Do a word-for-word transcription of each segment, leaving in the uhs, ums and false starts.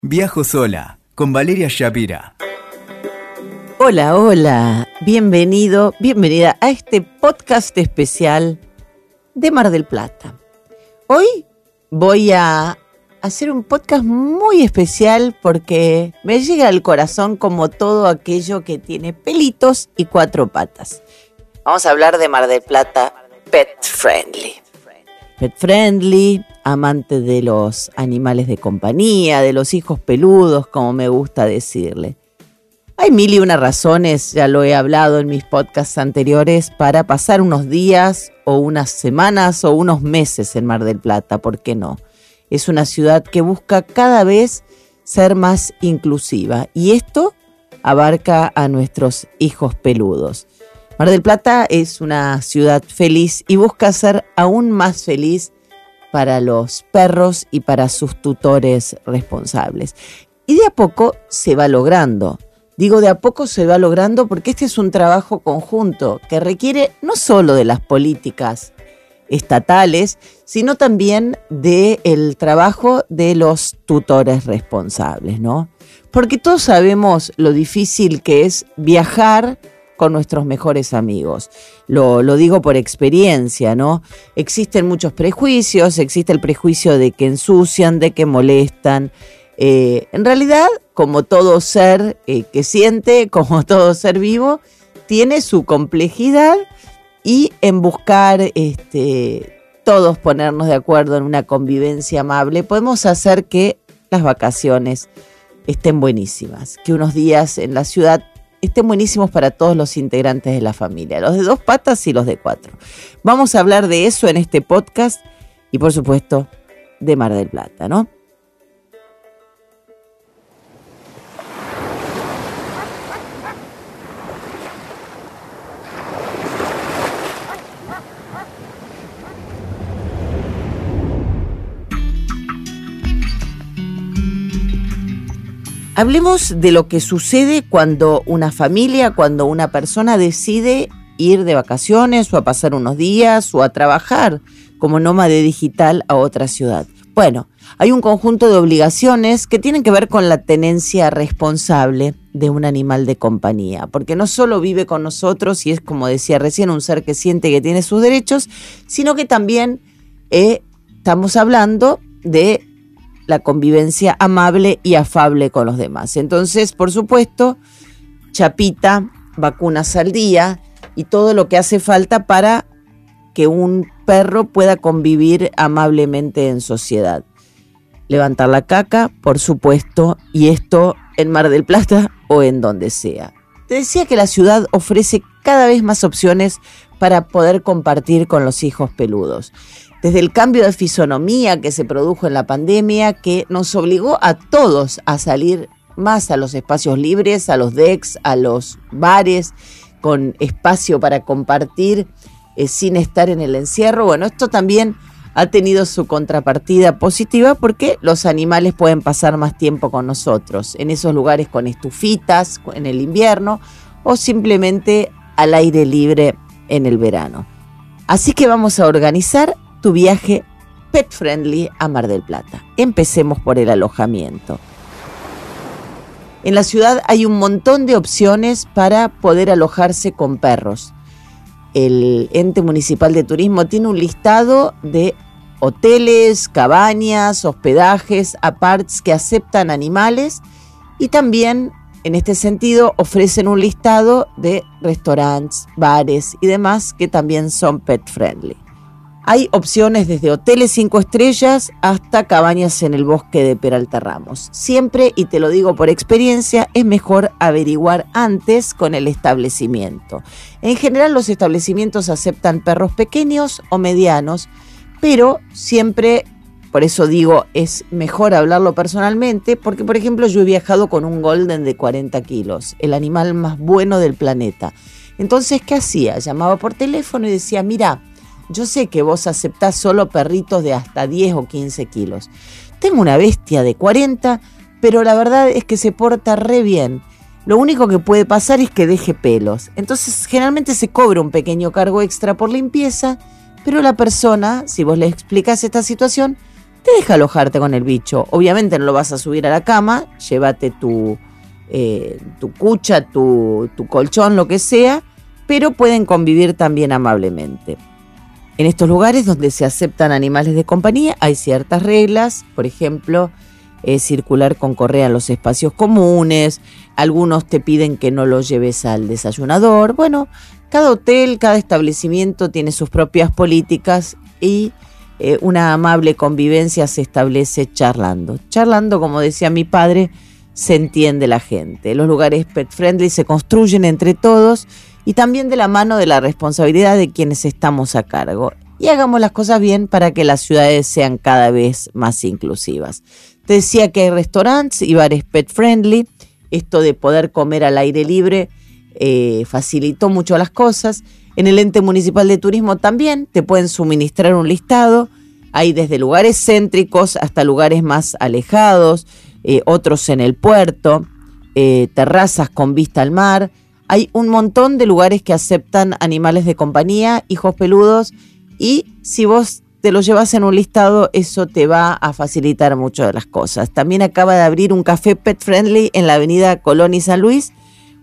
Viajo sola, con Valeria Shapira. Hola, hola, bienvenido, bienvenida a este podcast especial de Mar del Plata. Hoy voy a hacer un podcast muy especial porque me llega al corazón como todo aquello que tiene pelitos y cuatro patas. Vamos a hablar de Mar del Plata Pet Friendly. Pet Friendly, amante de los animales de compañía, de los hijos peludos, como me gusta decirle. Hay mil y una razones, ya lo he hablado en mis podcasts anteriores, para pasar unos días o unas semanas o unos meses en Mar del Plata, ¿por qué no? Es una ciudad que busca cada vez ser más inclusiva y esto abarca a nuestros hijos peludos. Mar del Plata es una ciudad feliz y busca ser aún más feliz para los perros y para sus tutores responsables. Y de a poco se va logrando. Digo de a poco se va logrando porque este es un trabajo conjunto que requiere no solo de las políticas estatales, sino también del trabajo de los tutores responsables, ¿no? Porque todos sabemos lo difícil que es viajar con nuestros mejores amigos. Lo, lo digo por experiencia, ¿no? Existen muchos prejuicios, existe el prejuicio de que ensucian, de que molestan. Eh, en realidad, como todo ser eh, que siente, como todo ser vivo, tiene su complejidad y en buscar este, todos ponernos de acuerdo en una convivencia amable, podemos hacer que las vacaciones estén buenísimas, que unos días en la ciudad estén buenísimos para todos los integrantes de la familia, los de dos patas y los de cuatro. Vamos a hablar de eso en este podcast y, por supuesto, de Mar del Plata, ¿no? Hablemos de lo que sucede cuando una familia, cuando una persona decide ir de vacaciones o a pasar unos días o a trabajar como nómade digital a otra ciudad. Bueno, hay un conjunto de obligaciones que tienen que ver con la tenencia responsable de un animal de compañía, porque no solo vive con nosotros y es, como decía recién, un ser que siente que tiene sus derechos, sino que también eh, estamos hablando de la convivencia amable y afable con los demás. Entonces, por supuesto, chapita, vacunas al día y todo lo que hace falta para que un perro pueda convivir amablemente en sociedad. Levantar la caca, por supuesto, y esto en Mar del Plata o en donde sea. Te decía que la ciudad ofrece cada vez más opciones para poder compartir con los hijos peludos. Desde el cambio de fisonomía que se produjo en la pandemia, que nos obligó a todos a salir más a los espacios libres, a los decks, a los bares, con espacio para compartir eh, sin estar en el encierro. Bueno, esto también ha tenido su contrapartida positiva porque los animales pueden pasar más tiempo con nosotros, en esos lugares con estufitas en el invierno o simplemente al aire libre en el verano. Así que vamos a organizar tu viaje pet friendly a Mar del Plata. Empecemos por el alojamiento. En la ciudad hay un montón de opciones para poder alojarse con perros. El ente municipal de turismo tiene un listado de hoteles, cabañas, hospedajes, aparts que aceptan animales y también, en este sentido, ofrecen un listado de restaurantes, bares y demás que también son pet friendly. Hay opciones desde hoteles cinco estrellas hasta cabañas en el bosque de Peralta Ramos. Siempre, y te lo digo por experiencia, es mejor averiguar antes con el establecimiento. En general los establecimientos aceptan perros pequeños o medianos, pero siempre, por eso digo, es mejor hablarlo personalmente, porque por ejemplo yo he viajado con un golden de cuarenta kilos, el animal más bueno del planeta. Entonces, ¿qué hacía? Llamaba por teléfono y decía, mira, yo sé que vos aceptás solo perritos de hasta diez o quince kilos. Tengo una bestia de cuarenta, pero la verdad es que se porta re bien. Lo único que puede pasar es que deje pelos. Entonces, generalmente se cobra un pequeño cargo extra por limpieza, pero la persona, si vos le explicás esta situación, te deja alojarte con el bicho. Obviamente no lo vas a subir a la cama, llévate tu, eh, tu cucha, tu, tu colchón, lo que sea, pero pueden convivir también amablemente. En estos lugares donde se aceptan animales de compañía hay ciertas reglas, por ejemplo, eh, circular con correa en los espacios comunes, algunos te piden que no lo lleves al desayunador. Bueno, cada hotel, cada establecimiento tiene sus propias políticas y eh, una amable convivencia se establece charlando. Charlando, como decía mi padre, se entiende la gente. Los lugares pet friendly se construyen entre todos y también de la mano de la responsabilidad de quienes estamos a cargo. Y hagamos las cosas bien para que las ciudades sean cada vez más inclusivas. Te decía que hay restaurantes y bares pet friendly. Esto de poder comer al aire libre eh, facilitó mucho las cosas. En el ente municipal de turismo también te pueden suministrar un listado. Hay desde lugares céntricos hasta lugares más alejados, eh, otros en el puerto, eh, terrazas con vista al mar. Hay un montón de lugares que aceptan animales de compañía, hijos peludos, y si vos te lo llevas en un listado, eso te va a facilitar mucho de las cosas. También acaba de abrir un café pet friendly en la avenida Colón y San Luis,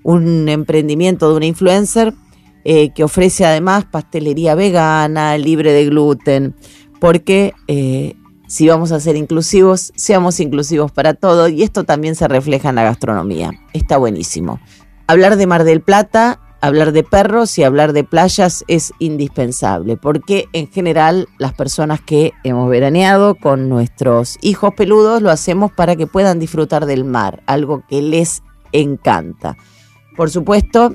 un emprendimiento de una influencer eh, que ofrece además pastelería vegana, libre de gluten, porque eh, si vamos a ser inclusivos, seamos inclusivos para todo, y esto también se refleja en la gastronomía. Está buenísimo. Hablar de Mar del Plata, hablar de perros y hablar de playas es indispensable, porque en general las personas que hemos veraneado con nuestros hijos peludos lo hacemos para que puedan disfrutar del mar, algo que les encanta. Por supuesto,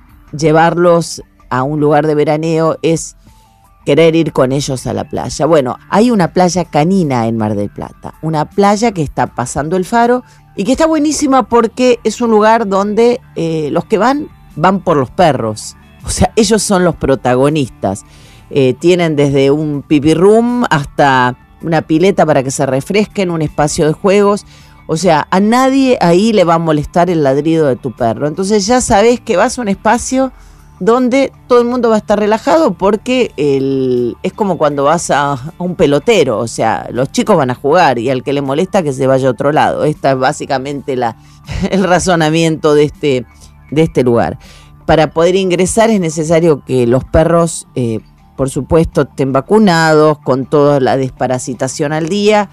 llevarlos a un lugar de veraneo es querer ir con ellos a la playa. Bueno, hay una playa canina en Mar del Plata, una playa que está pasando el Faro y que está buenísima porque es un lugar donde eh, los que van, van por los perros. O sea, ellos son los protagonistas. Eh, tienen desde un pipi room hasta una pileta para que se refresquen, un espacio de juegos. O sea, a nadie ahí le va a molestar el ladrido de tu perro. Entonces ya sabes que vas a un espacio donde todo el mundo va a estar relajado porque el, es como cuando vas a, a un pelotero, o sea, los chicos van a jugar y al que le molesta que se vaya a otro lado. Esta es básicamente la, el razonamiento de este, de este lugar. Para poder ingresar es necesario que los perros, eh, por supuesto, estén vacunados, con toda la desparasitación al día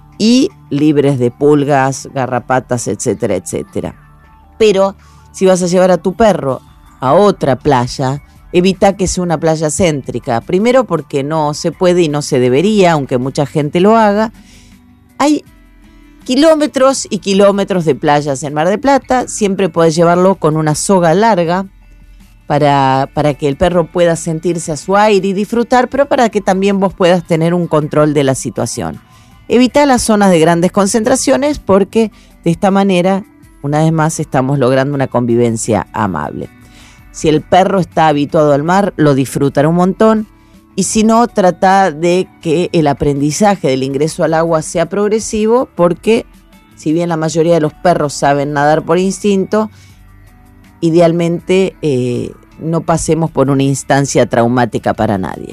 y libres de pulgas, garrapatas, etcétera, etcétera. Pero si vas a llevar a tu perro a otra playa, evita que sea una playa céntrica. Primero porque no se puede y no se debería, aunque mucha gente lo haga. Hay kilómetros y kilómetros de playas en Mar del Plata. Siempre puedes llevarlo con una soga larga para, para que el perro pueda sentirse a su aire y disfrutar, pero para que también vos puedas tener un control de la situación. Evita las zonas de grandes concentraciones porque de esta manera, una vez más, estamos logrando una convivencia amable. Si el perro está habituado al mar, lo disfrutará un montón. Y si no, trata de que el aprendizaje del ingreso al agua sea progresivo, porque si bien la mayoría de los perros saben nadar por instinto, idealmente eh, no pasemos por una instancia traumática para nadie.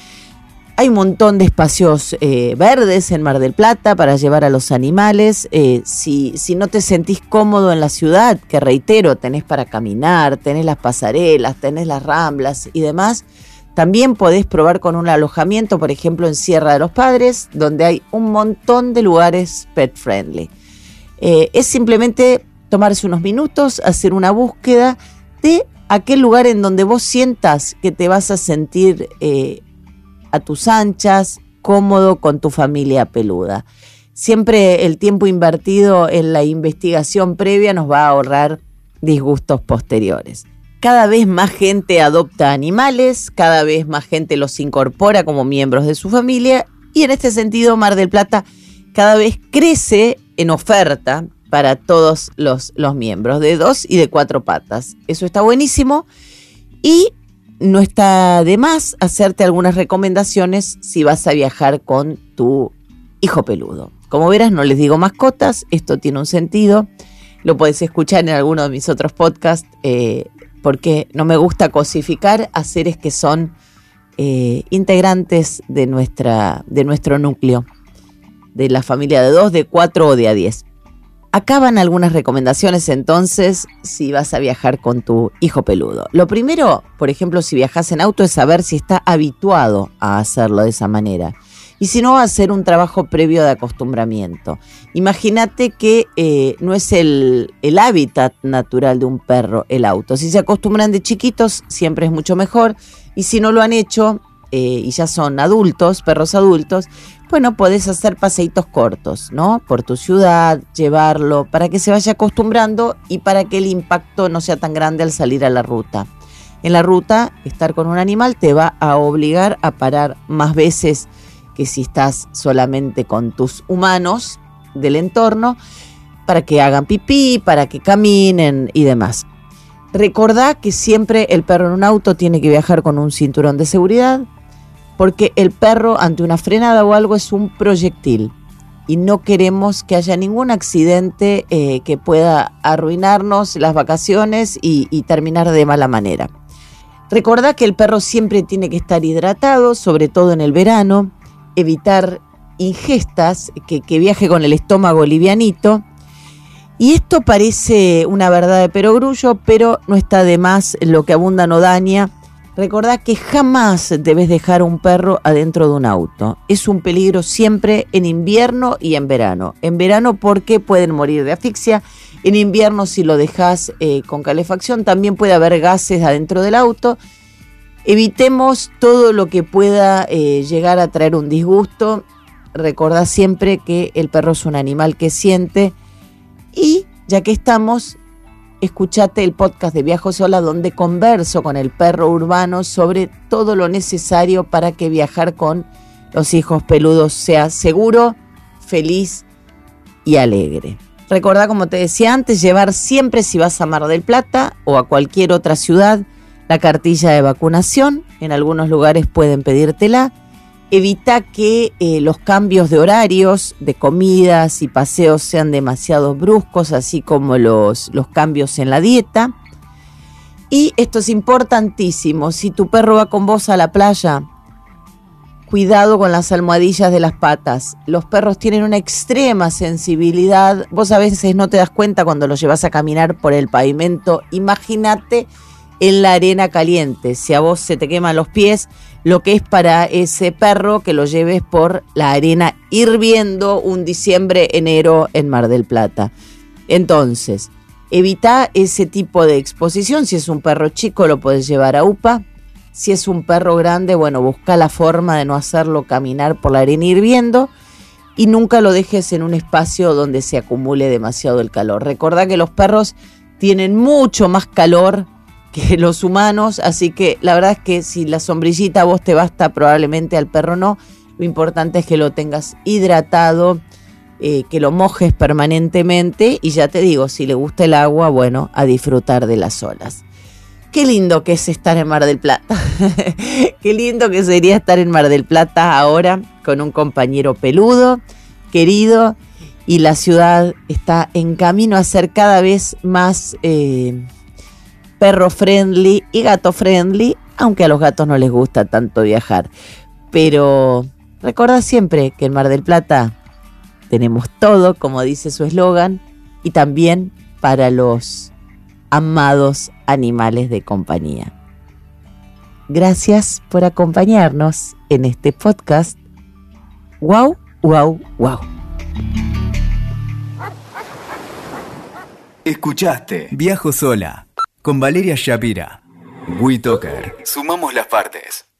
Hay un montón de espacios eh, verdes en Mar del Plata para llevar a los animales. Eh, si, si no te sentís cómodo en la ciudad, que reitero, tenés para caminar, tenés las pasarelas, tenés las ramblas y demás, también podés probar con un alojamiento, por ejemplo en Sierra de los Padres, donde hay un montón de lugares pet friendly. Eh, es simplemente tomarse unos minutos, hacer una búsqueda de aquel lugar en donde vos sientas que te vas a sentir eh, a tus anchas, cómodo con tu familia peluda. Siempre el tiempo invertido en la investigación previa nos va a ahorrar disgustos posteriores. Cada vez más gente adopta animales, cada vez más gente los incorpora como miembros de su familia y en este sentido Mar del Plata cada vez crece en oferta para todos los, los miembros de dos y de cuatro patas. Eso está buenísimo y no está de más hacerte algunas recomendaciones si vas a viajar con tu hijo peludo. Como verás, no les digo mascotas, esto tiene un sentido. Lo podés escuchar en alguno de mis otros podcasts, eh, porque no me gusta cosificar a seres que son eh, integrantes de, nuestra, de nuestro núcleo. de la familia de dos, de cuatro o de a diez. Acá van algunas recomendaciones entonces si vas a viajar con tu hijo peludo. Lo primero, por ejemplo, si viajas en auto, es saber si está habituado a hacerlo de esa manera. Y si no, hacer un trabajo previo de acostumbramiento. Imagínate que eh, no es el, el hábitat natural de un perro el auto. Si se acostumbran de chiquitos, siempre es mucho mejor. Y si no lo han hecho eh, y ya son adultos, perros adultos, bueno, podés hacer paseitos cortos, ¿no? Por tu ciudad, llevarlo para que se vaya acostumbrando y para que el impacto no sea tan grande al salir a la ruta. En la ruta, estar con un animal te va a obligar a parar más veces que si estás solamente con tus humanos del entorno, para que hagan pipí, para que caminen y demás. Recordá que siempre el perro en un auto tiene que viajar con un cinturón de seguridad, porque el perro ante una frenada o algo es un proyectil y no queremos que haya ningún accidente eh, que pueda arruinarnos las vacaciones y, y terminar de mala manera. Recordá que el perro siempre tiene que estar hidratado, sobre todo en el verano, evitar ingestas, que, que viaje con el estómago livianito. Y esto parece una verdad de perogrullo, pero no está de más, lo que abunda no daña. Recordá que jamás debes dejar a un perro adentro de un auto. Es un peligro siempre en invierno y en verano. En verano porque pueden morir de asfixia. En invierno, si lo dejas eh, con calefacción, también puede haber gases adentro del auto. Evitemos todo lo que pueda eh, llegar a traer un disgusto. Recordá siempre que el perro es un animal que siente. Y ya que estamos, escuchate el podcast de Viajo Sola, donde converso con el perro urbano sobre todo lo necesario para que viajar con los hijos peludos sea seguro, feliz y alegre. Recordá, como te decía antes, llevar siempre, si vas a Mar del Plata o a cualquier otra ciudad, la cartilla de vacunación. En algunos lugares pueden pedírtela. Evita que eh, los cambios de horarios, de comidas y paseos sean demasiado bruscos, así como los, los cambios en la dieta. Y esto es importantísimo, si tu perro va con vos a la playa, cuidado con las almohadillas de las patas. Los perros tienen una extrema sensibilidad. Vos a veces no te das cuenta cuando los llevas a caminar por el pavimento. Imagínate en la arena caliente. Si a vos se te queman los pies, lo que es para ese perro que lo lleves por la arena hirviendo un diciembre, enero en Mar del Plata. Entonces, evita ese tipo de exposición. Si es un perro chico, lo podés llevar a U P A. Si es un perro grande, bueno, busca la forma de no hacerlo caminar por la arena hirviendo y nunca lo dejes en un espacio donde se acumule demasiado el calor. Recordá que los perros tienen mucho más calor que los humanos, así que la verdad es que si la sombrillita a vos te basta, probablemente al perro no. Lo importante es que lo tengas hidratado, eh, que lo mojes permanentemente y ya te digo, si le gusta el agua, bueno, a disfrutar de las olas. Qué lindo que es estar en Mar del Plata. Qué lindo que sería estar en Mar del Plata ahora con un compañero peludo, querido, y la ciudad está en camino a ser cada vez más Eh, perro friendly y gato friendly, aunque a los gatos no les gusta tanto viajar. Pero recuerda siempre que en Mar del Plata tenemos todo, como dice su eslogan, y también para los amados animales de compañía. Gracias por acompañarnos en este podcast. Wow, wow, wow. Escuchaste Viajo Sola con Valeria Shapira. WeToker. Sumamos las partes.